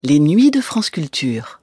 Les nuits de France Culture.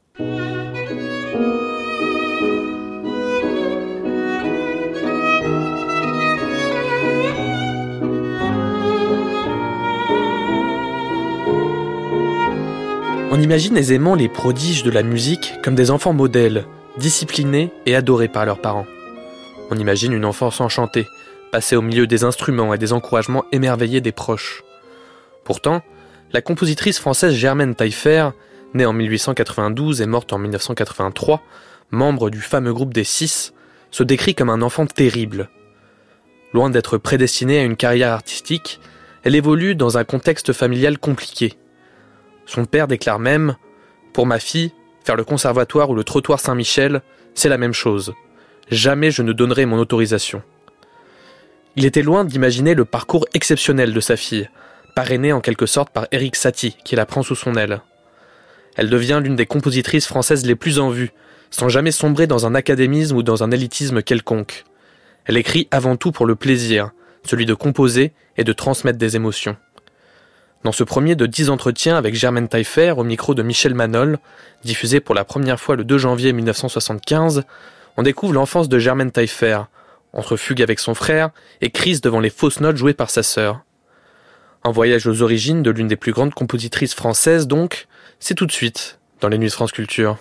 On imagine aisément les prodiges de la musique comme des enfants modèles, disciplinés et adorés par leurs parents. On imagine une enfance enchantée, passée au milieu des instruments et des encouragements émerveillés des proches. Pourtant, la compositrice française Germaine Taillefer, née en 1892 et morte en 1983, membre du fameux groupe des Six, se décrit comme un enfant terrible. Loin d'être prédestinée à une carrière artistique, elle évolue dans un contexte familial compliqué. Son père déclare même « Pour ma fille, faire le conservatoire ou le trottoir Saint-Michel, c'est la même chose. Jamais je ne donnerai mon autorisation. » Il était loin d'imaginer le parcours exceptionnel de sa fille, parrainée en quelque sorte par Erik Satie, qui la prend sous son aile. Elle devient l'une des compositrices françaises les plus en vue, sans jamais sombrer dans un académisme ou dans un élitisme quelconque. Elle écrit avant tout pour le plaisir, celui de composer et de transmettre des émotions. Dans ce premier de 10 entretiens avec Germaine Taillefer au micro de Michel Manol, diffusé pour la première fois le 2 janvier 1975, on découvre l'enfance de Germaine Taillefer, entre fugue avec son frère et crise devant les fausses notes jouées par sa sœur. Un voyage aux origines de l'une des plus grandes compositrices françaises donc, c'est tout de suite dans les Nuits de France Culture.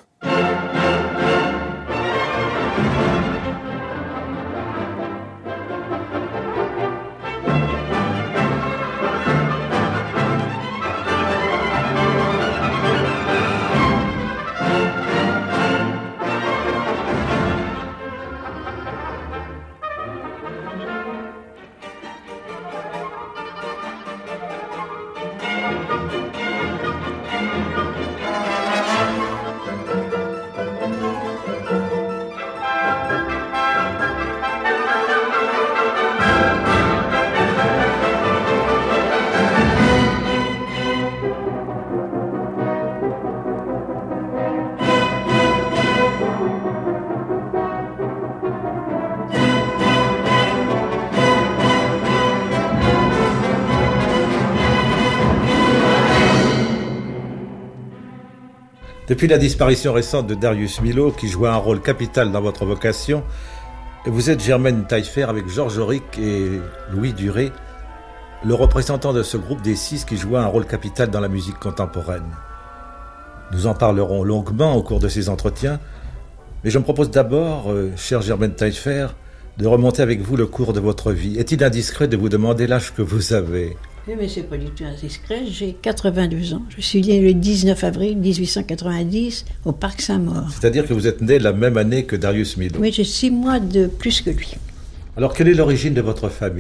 Depuis la disparition récente de Darius Milhaud, qui jouait un rôle capital dans votre vocation, vous êtes Germaine Taillefer avec Georges Auric et Louis Duré, le représentant de ce groupe des Six qui jouait un rôle capital dans la musique contemporaine. Nous en parlerons longuement au cours de ces entretiens, mais je me propose d'abord, chère Germaine Taillefer, de remonter avec vous le cours de votre vie. Est-il indiscret de vous demander l'âge que vous avez ? Oui, mais c'est pas du tout indiscret. J'ai 82 ans. Je suis née le 19 avril 1890 au Parc Saint-Maur. C'est-à-dire que vous êtes né la même année que Darius Milhaud. Oui, j'ai 6 mois de plus que lui. Alors, quelle est l'origine de votre famille ?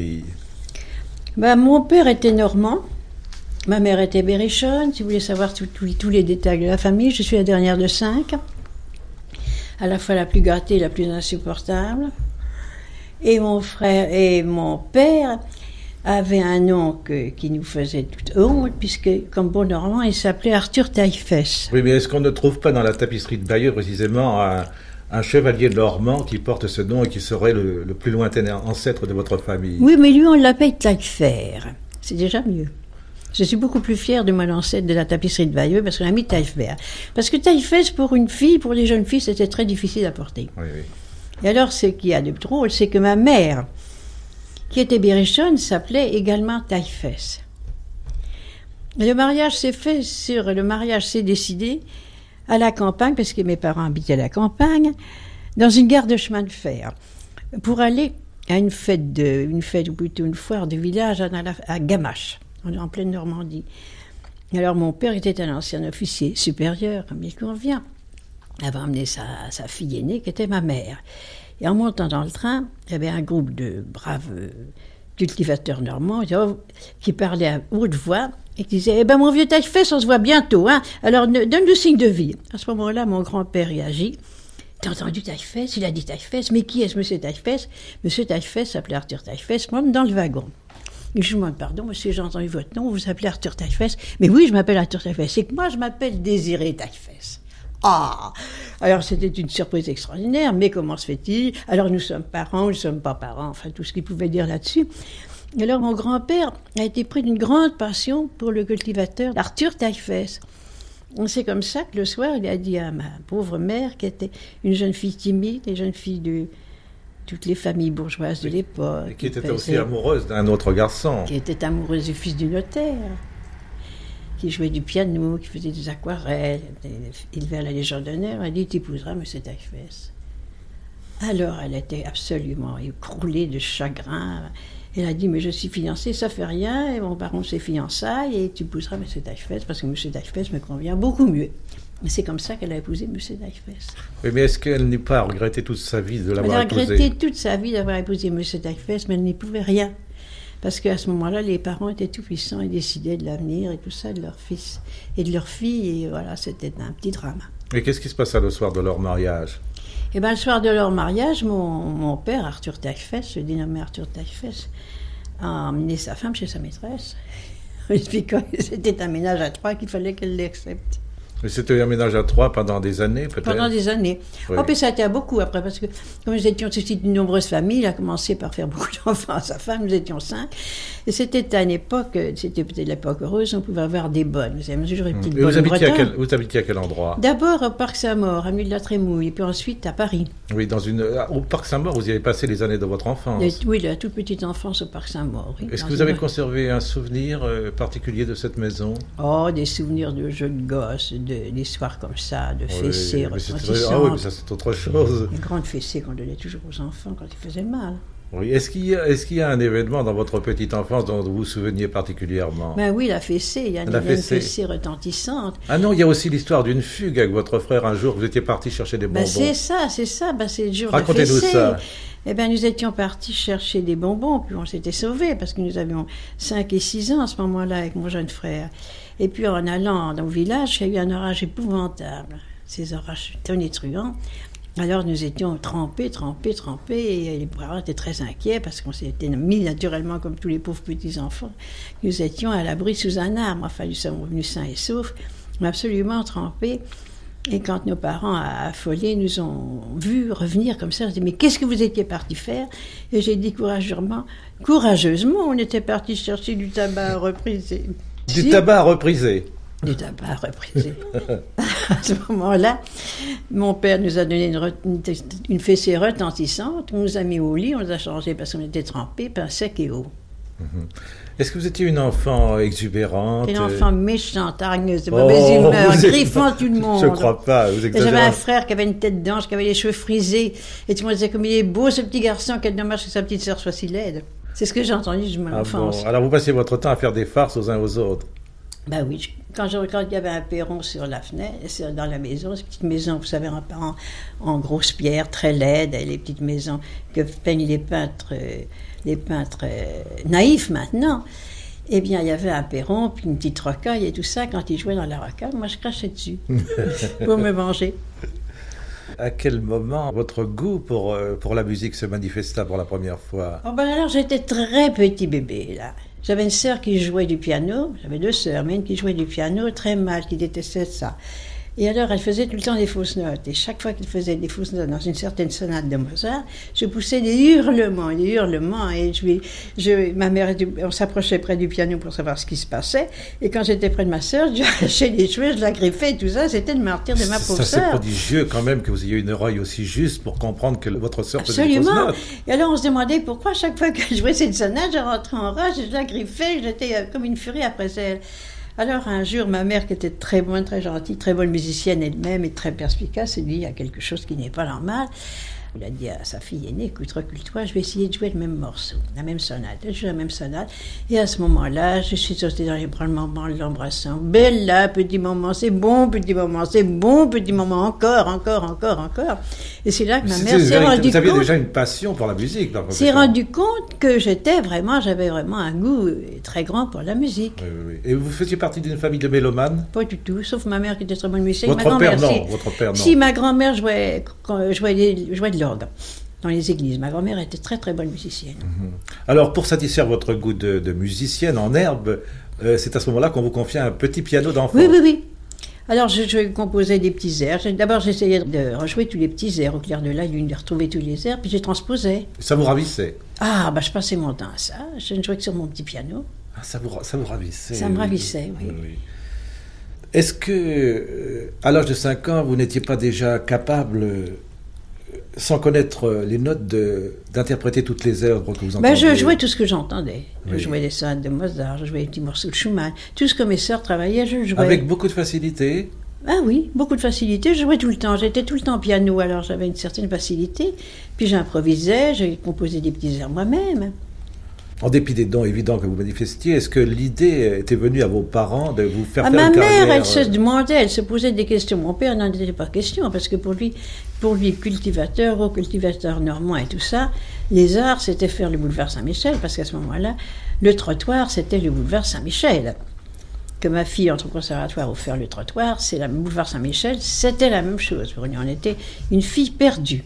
Mon père était normand. Ma mère était berrichonne. Si vous voulez savoir tous les détails de la famille, je suis la dernière de 5. À la fois la plus gâtée et la plus insupportable. Et mon frère et mon père avait un oncle qui nous faisait toute honte, puisque, comme bon normand, il s'appelait Arthur Taillefer. Oui, mais est-ce qu'on ne trouve pas dans la tapisserie de Bayeux, précisément, un chevalier normand qui porte ce nom et qui serait le plus lointain ancêtre de votre famille ? Oui, mais lui, on l'appelle Taillefer. C'est déjà mieux. Je suis beaucoup plus fière de mon ancêtre de la tapisserie de Bayeux, parce qu'on a mis Taillefer. Parce que Taillefer, pour une fille, pour les jeunes filles, c'était très difficile à porter. Oui, oui. Et alors, ce qu'il y a de drôle, c'est que ma mère, qui était berrichonne, s'appelait également Taillefer. Le mariage s'est décidé à la campagne, parce que mes parents habitaient à la campagne, dans une gare de chemin de fer, pour aller à une fête ou plutôt une foire de village à Gamache, en pleine Normandie. Alors mon père était un ancien officier supérieur, comme il convient. Il avait emmené sa fille aînée, qui était ma mère. Et en montant dans le train, il y avait un groupe de braves cultivateurs normands qui parlaient à haute voix et qui disaient « Eh ben mon vieux Taillefer, on se voit bientôt, hein. Alors donne-nous signe de vie. » À ce moment-là, mon grand-père réagit. « T'as entendu Taillefer ? Il a dit Taillefer. Mais qui est-ce, monsieur Taillefer ? Monsieur Taillefer s'appelait Arthur Taillefer, monte dans le wagon. » Et je lui demande « Pardon, monsieur, j'ai entendu votre nom, vous vous appelez Arthur Taillefer ? » ?»« Mais oui, je m'appelle Arthur Taillefer. C'est que moi, je m'appelle Désiré Taillefer. » Ah ! Alors c'était une surprise extraordinaire, mais comment se fait-il ? Alors nous sommes parents, nous ne sommes pas parents, enfin tout ce qu'il pouvait dire là-dessus. Alors mon grand-père a été pris d'une grande passion pour le cultivateur Arthur Taillefer. C'est comme ça que le soir, il a dit à ma pauvre mère, qui était une jeune fille timide, une jeune fille de toutes les familles bourgeoises de l'époque. Et qui était aussi amoureuse d'un autre garçon. Qui était amoureuse du fils du notaire, qui jouait du piano, qui faisait des aquarelles, élevé à la Légion d'honneur. Elle dit, tu épouseras M. Taillefer. Alors, elle était absolument écroulée de chagrin. Elle a dit, mais je suis fiancée, ça fait rien, et mon baron s'est fiançailles, et tu épouseras M. Taillefer, parce que M. Taillefer me convient beaucoup mieux. Et c'est comme ça qu'elle a épousé M. Taillefer. Oui, mais est-ce qu'elle n'a pas regretté toute sa vie de l'avoir épousé? Elle a regretté toute sa vie d'avoir épousé M. Taillefer, mais elle n'y pouvait rien. Parce qu'à ce moment-là, les parents étaient tout puissants et décidaient de l'avenir et tout ça de leur fils et de leur fille, et voilà, c'était un petit drame. Et qu'est-ce qui se passa le soir de leur mariage? Eh bien, le soir de leur mariage, mon père, Arthur Taillefer, se dénommait Arthur Taillefer, a emmené sa femme chez sa maîtresse. Expliquant que c'était un ménage à trois qu'il fallait qu'elle l'accepte. Et c'était un ménage à trois pendant des années, peut-être? Pendant des années. Oui. Oh, puis ça a été à beaucoup après, parce que comme nous étions aussi d'une nombreuse famille, il a commencé par faire beaucoup d'enfants à sa femme, nous étions 5. Et c'était à une époque, c'était peut-être l'époque heureuse, on pouvait avoir des bonnes. Vous avez toujours une petite bonne vous habitiez à quel endroit? D'abord au Parc Saint-Maur, à Nuit de la Trémouille, et puis ensuite à Paris. Oui, au Parc Saint-Maur, vous y avez passé les années de votre enfance? Oui, la toute petite enfance au Parc Saint-Maur. Oui, est-ce que vous avez conservé un souvenir particulier de cette maison? Oh, des souvenirs de jeux de gosses, des soirs comme ça, de fessées retentissantes. Ah oui, mais ça c'est autre chose. Une grande fessée qu'on donnait toujours aux enfants quand ils faisaient mal. Oui. Est-ce qu'il y a un événement dans votre petite enfance dont vous vous souveniez particulièrement? Ben oui, la fessée. Il y a une fessée retentissante. Ah non, il y a aussi l'histoire d'une fugue avec votre frère un jour. Vous étiez parti chercher des bonbons. C'est ça. Ben, c'est le jour de fessée. Racontez-nous ça. Eh bien, nous étions partis chercher des bonbons, puis on s'était sauvés, parce que nous avions 5 et 6 ans à ce moment-là avec mon jeune frère. Et puis en allant dans le village, il y a eu un orage épouvantable. Ces orages tonitruants. Alors nous étions trempés, et les parents étaient très inquiets parce qu'on s'était mis naturellement, comme tous les pauvres petits-enfants, nous étions à l'abri sous un arbre. Enfin, nous sommes revenus sains et saufs, mais absolument trempés. Et quand nos parents, affolés, nous ont vus revenir comme ça, on s'est dit, mais qu'est-ce que vous étiez partis faire? Et j'ai dit courageusement, on était partis chercher du tabac reprisé. Du tabac reprisé? Du tabac reprisé. À ce moment-là, mon père nous a donné une fessée retentissante, on nous a mis au lit, on nous a changés parce qu'on était trempés, pain sec et eau. Est-ce que vous étiez une enfant exubérante? Une enfant méchante, hargneuse, de mauvaise humeur, griffant tout le monde. Je ne crois pas, vous exagérez. J'avais un frère qui avait une tête d'ange, qui avait les cheveux frisés, et tout le monde disait comme il est beau ce petit garçon, quel dommage que sa petite sœur soit si laide. C'est ce que j'ai entendu de mon enfance. Bon. Alors vous passiez votre temps à faire des farces aux uns aux autres? Ben oui, quand il y avait un perron sur la fenêtre, dans la maison, cette petite maison, vous savez, en grosse pierre, très laide, les petites maisons que peignent les peintres naïfs maintenant. Eh bien, il y avait un perron, puis une petite rocaille et tout ça. Quand ils jouaient dans la rocaille, moi, je crachais dessus pour me venger. À quel moment votre goût pour la musique se manifesta pour la première fois? Oh ben alors, j'étais très petit bébé, là. J'avais une sœur qui jouait du piano, j'avais 2 sœurs, mais une qui jouait du piano très mal, qui détestait ça. Et alors, elle faisait tout le temps des fausses notes. Et chaque fois qu'elle faisait des fausses notes dans une certaine sonate de Mozart, je poussais des hurlements. Et ma mère, on s'approchait près du piano pour savoir ce qui se passait. Et quand j'étais près de ma sœur, je lui arrachais les cheveux, je la griffais et tout ça. C'était le martyr de ma pauvre sœur. Ça, c'est prodigieux quand même que vous ayez une oreille aussi juste pour comprendre que votre sœur faisait des fausses notes. Et alors, on se demandait pourquoi chaque fois que je jouais cette sonate, je rentrais en rage, je la griffais, j'étais comme une furie après elle. Alors un jour, ma mère, qui était très bonne, très gentille, très bonne musicienne elle-même et très perspicace, elle dit, il y a quelque chose qui n'est pas normal. Elle a dit à sa fille aînée, écoute, recule-toi, je vais essayer de jouer le même morceau, la même sonate. Elle joue la même sonate. Et à ce moment-là, je suis sautée dans les bras de maman, l'embrassant. Bella, petit maman, c'est bon, petit maman, c'est bon, petit maman, encore. Et c'est là que ma mère s'est rendue compte. Vous aviez déjà une passion pour la musique. S'est rendu compte que j'avais vraiment un goût très grand pour la musique. Oui. Et vous faisiez partie d'une famille de mélomanes? Pas du tout, sauf ma mère qui était très bonne musicienne. Votre père, non. Si, ma grand-mère jouait de l'orgue dans les églises. Ma grand-mère était très très bonne musicienne. Alors, pour satisfaire votre goût de musicienne en herbe, c'est à ce moment-là qu'on vous confiait un petit piano d'enfant. Oui. Alors, je composais des petits airs. D'abord, j'essayais de rejouer tous les petits airs au clair de la lune, de retrouver tous les airs, puis je transposais. Ça vous ravissait? Ah, je passais mon temps à ça. Je ne jouais que sur mon petit piano. Ah, ça vous ravissait? Ça me ravissait, oui. Est-ce que, à l'âge de 5 ans, vous n'étiez pas déjà capable, sans connaître les notes, d'interpréter toutes les œuvres que vous entendiez? Je jouais tout ce que j'entendais. Oui. Je jouais des sonates de Mozart, je jouais des petits morceaux de Schumann. Tout ce que mes sœurs travaillaient, je jouais. Avec beaucoup de facilité? Ah oui, beaucoup de facilité. Je jouais tout le temps. J'étais tout le temps piano, alors j'avais une certaine facilité. Puis j'improvisais, j'ai composé des petits airs moi-même. En dépit des dons évidents que vous manifestiez, est-ce que l'idée était venue à vos parents de vous faire faire Ma une carrière? mère, elle se demandait, elle se posait des questions. Mon père n'en était pas question, parce que pour lui, cultivateur, haut cultivateur normand et tout ça, les arts, c'était faire le boulevard Saint-Michel, parce qu'à ce moment-là, le trottoir, c'était le boulevard Saint-Michel. Que ma fille entre au conservatoire ou faire le trottoir, c'est le boulevard Saint-Michel, c'était la même chose. Pour nous, on était une fille perdue.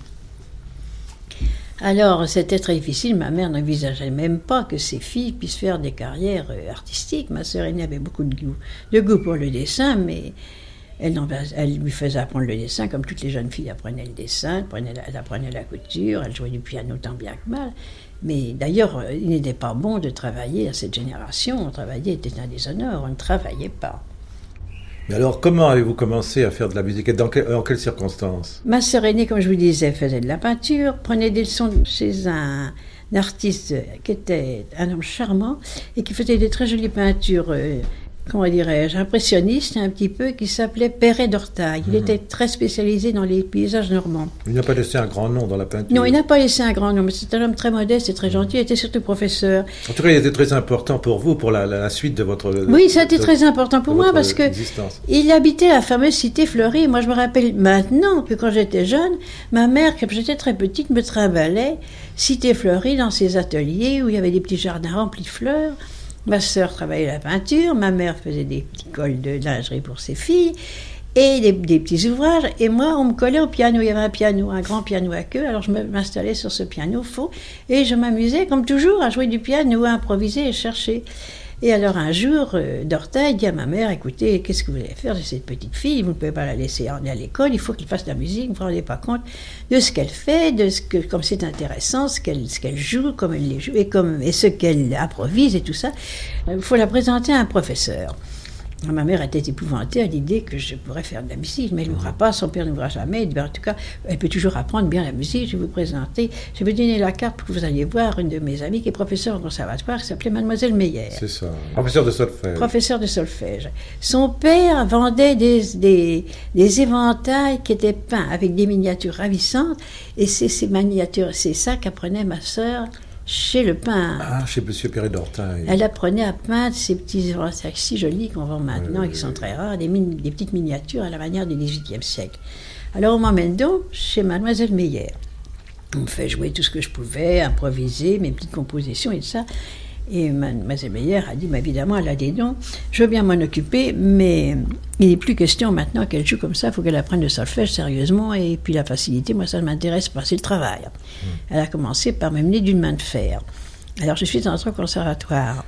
Alors, c'était très difficile. Ma mère n'envisageait même pas que ses filles puissent faire des carrières artistiques. Ma sœur aînée avait beaucoup de goût pour le dessin, mais elle lui faisait apprendre le dessin, comme toutes les jeunes filles apprenaient le dessin, elle apprenait la couture, elle jouait du piano tant bien que mal. Mais d'ailleurs, il n'était pas bon de travailler à cette génération. Travailler était un déshonneur, on ne travaillait pas. Mais alors, comment avez-vous commencé à faire de la musique et en quelles circonstances? Ma sœur aînée, comme je vous disais, faisait de la peinture, prenait des leçons chez un artiste qui était un homme charmant et qui faisait des très jolies peintures, comment dirais-je, impressionnistes un petit peu, qui s'appelait Perret d'Ortail. Il était très spécialisé dans les paysages normands. Il n'a pas laissé un grand nom dans la peinture? Non, il n'a pas laissé un grand nom, mais c'est un homme très modeste et très gentil. Il était surtout professeur. En tout cas, il était très important pour vous, pour la suite de votre... Oui, ça a été très important pour moi parce que il habitait la fameuse cité fleurie. Moi, je me rappelle maintenant que quand j'étais jeune, ma mère, quand j'étais très petite, me trimballait cité fleurie dans ses ateliers où il y avait des petits jardins remplis de fleurs. Ma sœur travaillait la peinture, ma mère faisait des petits cols de lingerie pour ses filles, et des petits ouvrages, et moi, on me collait au piano. Il y avait un piano, un grand piano à queue, alors je m'installais sur ce piano faux, et je m'amusais, comme toujours, à jouer du piano, à improviser et chercher. Et alors un jour, D'Ortail dit à ma mère, écoutez, qu'est-ce que vous allez faire de cette petite fille? Vous ne pouvez pas la laisser aller à l'école, il faut qu'elle fasse de la musique, vous ne vous rendez pas compte de ce qu'elle fait, comme c'est intéressant, ce qu'elle joue, comme elle les joue, et ce qu'elle improvise et tout ça. Il faut la présenter à un professeur. Ma mère était épouvantée à l'idée que je pourrais faire de la musique, mais elle n'ouvra pas, son père n'ouvra jamais. En tout cas, elle peut toujours apprendre bien la musique. Je vais vous présenter, je vais donner la carte pour que vous alliez voir une de mes amies qui est professeure au conservatoire, qui s'appelait Mademoiselle Meyer. C'est ça, professeur de solfège. Professeur de solfège. Son père vendait des éventails qui étaient peints avec des miniatures ravissantes, et c'est ces miniatures, c'est ça qu'apprenait ma sœur chez le peintre. Ah, chez M. Perret d'Ortail. Elle apprenait à peindre ces petits éventails si jolis qu'on vend maintenant et qui sont très rares, des petites miniatures à la manière du XVIIIe siècle. Alors on m'emmène donc chez Mademoiselle Meyer. On me fait jouer tout ce que je pouvais, improviser, mes petites compositions et tout ça. Et Mademoiselle Meyer a dit, mais évidemment, elle a des dons, je veux bien m'en occuper, mais il n'est plus question maintenant qu'elle joue comme ça, il faut qu'elle apprenne le solfège sérieusement, et puis la facilité, moi ça ne m'intéresse pas, c'est le travail. Elle a commencé par m'amener d'une main de fer. Alors je suis entrée au conservatoire.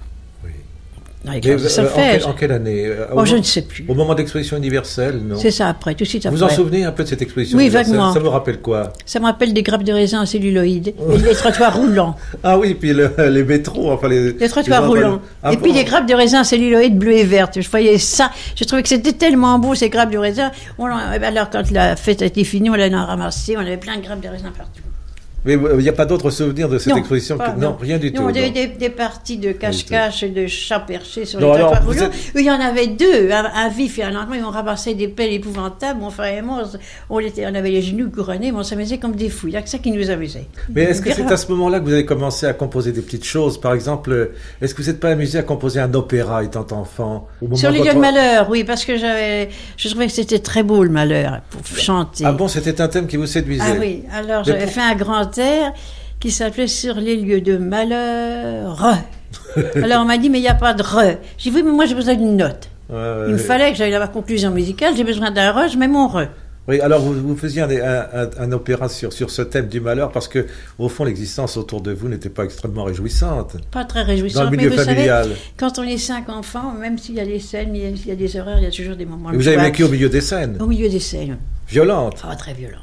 Dans les classes de solfège. En quelle année? Je ne sais plus. Au moment de l'exposition universelle, non? C'est ça, après, tout de suite après. Vous en souvenez un peu de cette exposition? Oui, vaguement. Ça vous rappelle quoi? Ça me rappelle des grappes de raisin en celluloïde et les trottoirs roulants. Ah oui, puis les métros, enfin les trottoirs roulants. Et puis des grappes de raisin en celluloïde bleues et vertes. Je voyais ça, je trouvais que c'était tellement beau ces grappes de raisin. Alors quand la fête a été finie, on l'a ramassé, on avait plein de grappes de raisin partout. Mais il n'y a pas d'autres souvenirs de cette exposition? Non, rien du tout. Non, des parties de cache-cache et de chats perchés sur les trottoirs roulants. Il y en avait deux, un vif et un lentement, et on ramassait des pelles épouvantables. Mon frère et moi, on avait les genoux couronnés, mais on s'amusait comme des fous. Il n'y a que ça qui nous amusait. Mais est-ce que c'est à ce moment-là que vous avez commencé à composer des petites choses? Par exemple, est-ce que vous n'êtes pas amusé à composer un opéra étant enfant? Sur les lieux de malheur, oui, parce que je trouvais que c'était très beau le malheur, pour chanter. Ah bon, c'était un thème qui vous séduisait? Ah oui, alors j'avais fait un grand air qui s'appelait Sur les lieux de malheur. Alors on m'a dit, mais il n'y a pas de re. J'ai dit, oui, mais moi j'ai besoin d'une note. Il me fallait que j'aille à la conclusion musicale, j'ai besoin d'un re, je mets mon re. Oui, alors vous faisiez un opéra sur ce thème du malheur, parce que au fond l'existence autour de vous n'était pas extrêmement réjouissante. Pas très réjouissante. Dans le milieu familial. Savez, quand on est 5 enfants, même s'il y a des scènes, il y a des horreurs, il y a toujours des moments. Et vous avez vécu au milieu des scènes? Au milieu des scènes. Violentes? Ah, très violentes.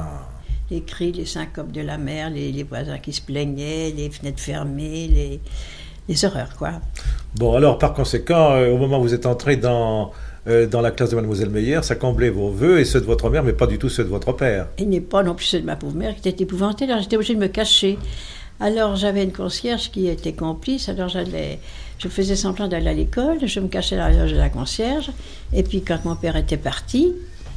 Les cris, les syncopes de la mer, les voisins qui se plaignaient, les fenêtres fermées, les horreurs, quoi. Bon, alors, par conséquent, au moment où vous êtes entré dans dans la classe de Mademoiselle Meyer, ça comblait vos vœux et ceux de votre mère, mais pas du tout ceux de votre père. Et n'est pas non plus ceux de ma pauvre mère qui était épouvantée, alors j'étais obligée de me cacher. Alors j'avais une concierge qui était complice, alors je faisais semblant d'aller à l'école, je me cachais dans la loge de la concierge, et puis quand mon père était parti,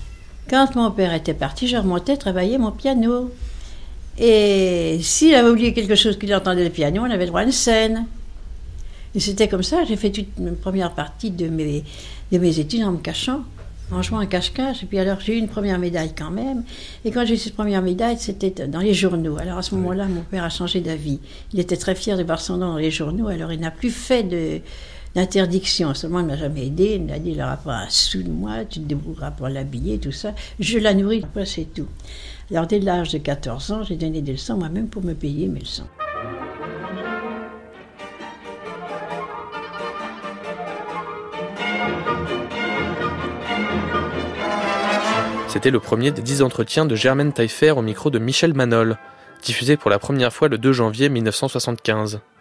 je remontais travailler mon piano. Et s'il avait oublié quelque chose qu'il entendait le piano, on avait droit à une scène. Et c'était comme ça, j'ai fait toute une première partie de mes études en me cachant, en jouant un cache-cache. Et puis alors j'ai eu une première médaille quand même. Et quand j'ai eu cette première médaille, c'était dans les journaux. Alors à ce moment-là, mon père a changé d'avis. Il était très fier de voir son nom dans les journaux, alors il n'a plus fait d'interdiction. Seulement, il ne m'a jamais aidé. Il m'a dit, il n'aura pas un sou de moi, tu te débrouilleras pour l'habiller, tout ça. Je la nourris, c'est tout. Alors dès l'âge de 14 ans, j'ai donné des leçons moi-même pour me payer mes leçons. C'était le premier des 10 entretiens de Germaine Taillefer au micro de Michel Manol, diffusé pour la première fois le 2 janvier 1975.